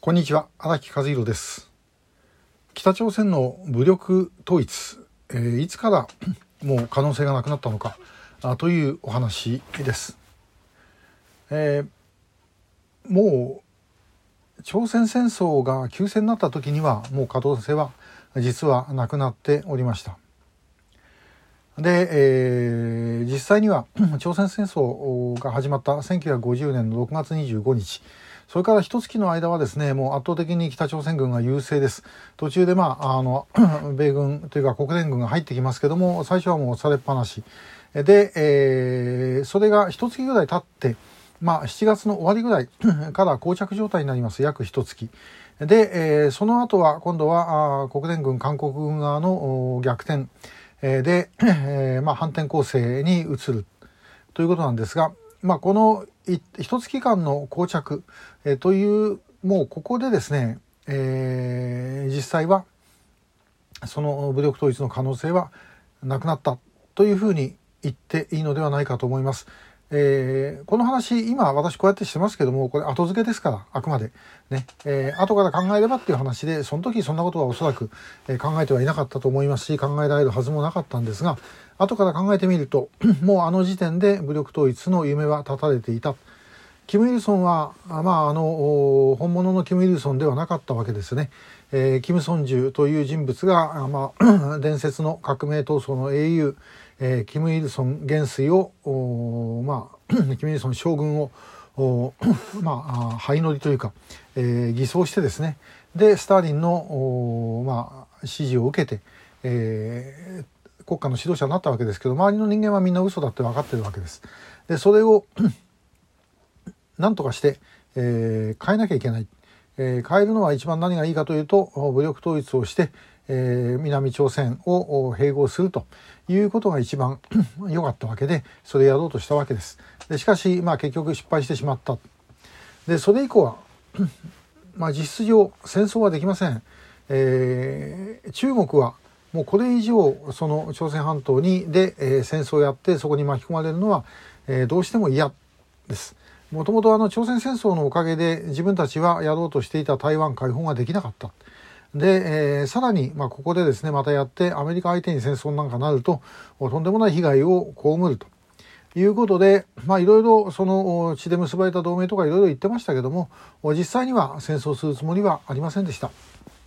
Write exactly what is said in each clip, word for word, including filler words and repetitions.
こんにちは、荒木和弘です。北朝鮮の武力統一、えー、いつからもう可能性がなくなったのかあというお話です。えー、もう朝鮮戦争が休戦になった時にはもう可能性は実はなくなっておりました。で、えー、実際には朝鮮戦争が始まったせんきゅうひゃくごじゅうねんのろくがつにじゅうごにち、それから一月の間はですね、もう圧倒的に北朝鮮軍が優勢です。途中でまあ、あの、米軍というか国連軍が入ってきますけども、最初はもうされっぱなし。で、えー、それが一月ぐらい経って、まあ、しちがつの終わりぐらいから膠着状態になります。約一月。で、えー、その後は今度は国連軍、韓国軍側の逆転。で、えーまあ、反転攻勢に移るということなんですが、まあ、この一月間の膠着、えー、というもうここでですね、えー、実際はその武力統一の可能性はなくなったというふうに言っていいのではないかと思います。えー、この話今私こうやってしてますけども、これ後付けですから、あくまでね、えー、後から考えればっていう話で、その時そんなことはおそらく、えー、考えてはいなかったと思いますし、考えられるはずもなかったんですが、後から考えてみるともうあの時点で武力統一の夢は立たれていた。キム・イルソンは、まあ、あの本物のキム・イルソンではなかったわけですね。えー、キム・ソンジュという人物が、まあ、伝説の革命闘争の英雄、えー、キム・イルソン元帥を、まあ、キム・イルソン将軍を、まあ、灰乗りというか、えー、偽装してですね、でスターリンの、まあ、指示を受けて、えー、国家の指導者になったわけですけど、周りの人間はみんな嘘だって分かってるわけです。でそれをなんとかして、えー、変えなきゃいけない、えー、変えるのは一番何がいいかというと、武力統一をして、えー、南朝鮮を併合するということが一番良かったわけで、それをやろうとしたわけです。でしかし、まあ、結局失敗してしまった。でそれ以降はまあ実質上戦争はできません。えー、中国はもうこれ以上その朝鮮半島にで、えー、戦争をやってそこに巻き込まれるのは、えー、どうしても嫌です。もともとあの朝鮮戦争のおかげで自分たちはやろうとしていた台湾解放ができなかった。で、えー、さらに、まあ、ここでですねまたやってアメリカ相手に戦争なんかなるととんでもない被害を被るということで、まあいろいろその血で結ばれた同盟とかいろいろ言ってましたけども、実際には戦争するつもりはありませんでした。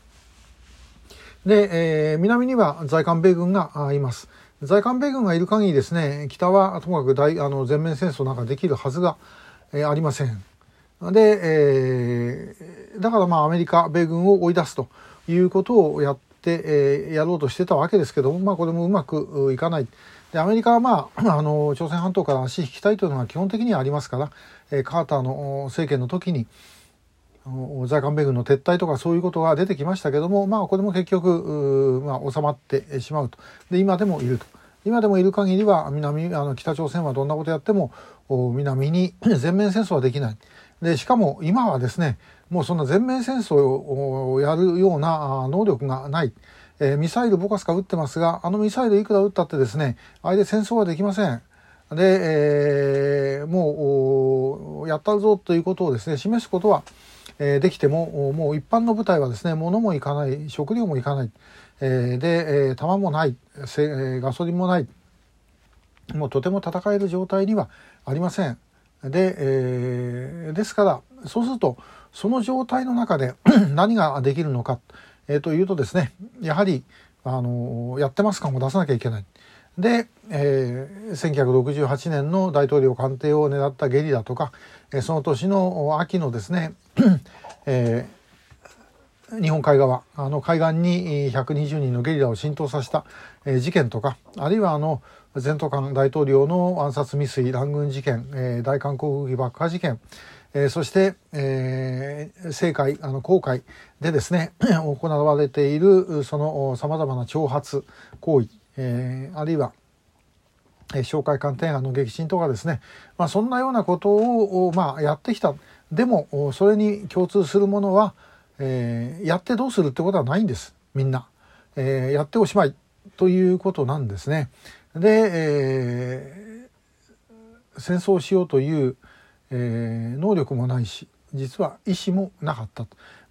で、えー、南には在韓米軍がいます。在韓米軍がいる限りですね、北はともかく大あの全面戦争なんかできるはずが、えー、ありません。で、えー、だからまあアメリカ米軍を追い出すということをやって、えー、やろうとしてたわけですけども、まあこれもうまくいかない。でアメリカはまああの朝鮮半島から足引きたいというのが基本的にはありますから、えー、カーターの政権の時に在韓米軍の撤退とかそういうことが出てきましたけども、まあこれも結局、まあ、収まってしまうと。で今でもいると。今でもいる限りは南あの北朝鮮はどんなことやっても南に全面戦争はできない。でしかも今はですねもうそんな全面戦争をやるような能力がない。えー、ミサイルボカスカ撃ってますが、あのミサイルいくら撃ったってですねあれで戦争はできません。で、えー、もうやったぞということをですね示すことはえー、できてももう一般の部隊はですね物もいかない、食料もいかない、えー、で、えー、弾もない、えー、ガソリンもない、もうとても戦える状態にはありません。で、えー、ですからそうするとその状態の中で何ができるのか、えー、というとですねやはり、あのー、やってます感を出さなきゃいけない。で、えー、せんきゅうひゃくろくじゅうはちねんの大統領官邸を狙ったゲリラとか、えー、その年の秋のですね、えー、日本海側あの海岸にひゃくにじゅうにんのゲリラを浸透させた、えー、事件とか、あるいはあの全斗艦大統領の暗殺未遂乱軍事件、えー、大韓航空機爆破事件、えー、そして、えー、政界あの航海でですね行われているそのさまざまな挑発行為、えー、あるいは哨戒艦艇の撃沈とかですね、まあ、そんなようなことを、まあ、やってきた。でもそれに共通するものは、えー、やってどうするってことはないんです。みんな、えー、やっておしまいということなんですね。で、えー、戦争をしようという、えー、能力もないし実は意思もなかったと。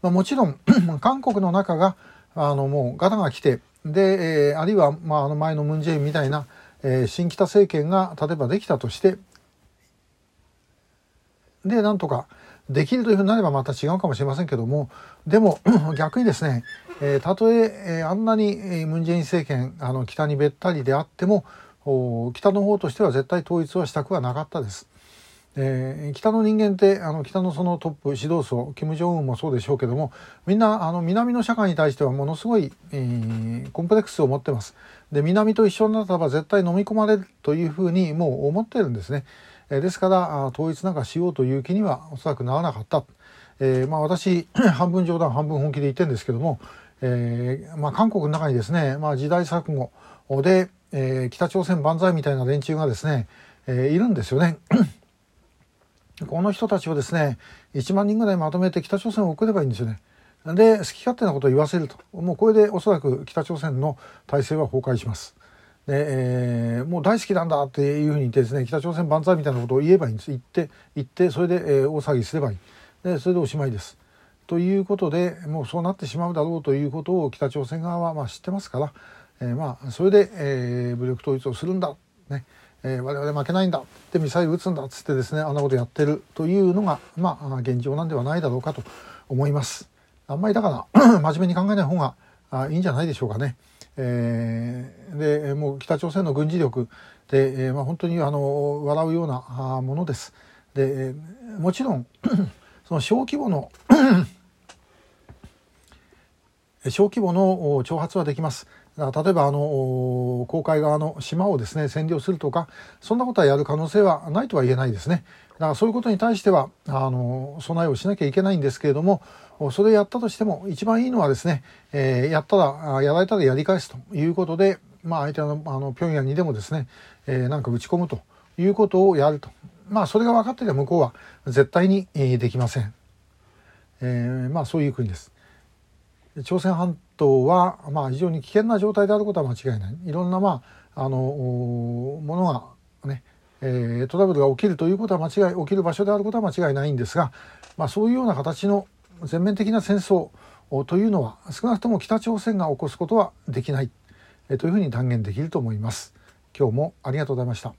まあ、もちろん韓国の中があのもうガタが来てで、えー、あるいは、まあ、あの前のムン・ジェインみたいな、えー、新北政権が例えばできたとしてでなんとかできるというふうになればまた違うかもしれませんけども、でも逆にですね、えー、たとええー、あんなにムン・ジェイン政権あの北にべったりであっても北の方としては絶対統一はしたくはなかったです。えー、北の人間ってあの北のそのトップ指導層金正恩もそうでしょうけども、みんなあの南の社会に対してはものすごい、えー、コンプレックスを持ってます。で南と一緒になったら絶対飲み込まれるというふうにもう思ってるんですね。えー、ですから統一なんかしようという気にはおそらくならなかった。えーまあ、私半分冗談半分本気で言ってるんですけども、えーまあ、韓国の中にですね、まあ、時代錯誤で、えー、北朝鮮万歳みたいな連中がですね、えー、いるんですよね。この人たちをですねいちまんにんぐらいまとめて北朝鮮を送ればいいんですよね。で好き勝手なことを言わせると、もうこれでおそらく北朝鮮の体制は崩壊します。で、えー、もう大好きなんだっていうふうに言ってですね、北朝鮮万歳みたいなことを言えばいいんです。言って言ってそれで、えー、大騒ぎすればいい。でそれでおしまいです。ということでもうそうなってしまうだろうということを北朝鮮側はまあ知ってますから、えー、まあそれで、えー、武力統一をするんだね。えー、我々負けないんだってミサイル撃つんだっつってですね、あんなことやってるというのがまあ現状なんではないだろうかと思います。あんまりだから真面目に考えない方があいいんじゃないでしょうかね。えー、でもう北朝鮮の軍事力で、えーまあ、本当にあの笑うようなものです。でもちろんその小規模の小規模の挑発はできます。例えばあの黄海側の島をですね占領するとか、そんなことはやる可能性はないとは言えないですね。だからそういうことに対してはあの備えをしなきゃいけないんですけれども、それをやったとしても一番いいのはですね、えー、やったらやられたらやり返すということで、まあ、相手のあの平壌にでもですね、えー、なんか打ち込むということをやると、まあそれが分かっていれば向こうは絶対にできません。えー、まあそういう国です。朝鮮半島は、まあ、非常に危険な状態であることは間違いない。いろんな、まあ、あのものがね、えー、トラブルが起きるということは間違い起きる場所であることは間違いないんですが、まあ、そういうような形の全面的な戦争というのは少なくとも北朝鮮が起こすことはできないというふうに断言できると思います。今日もありがとうございました。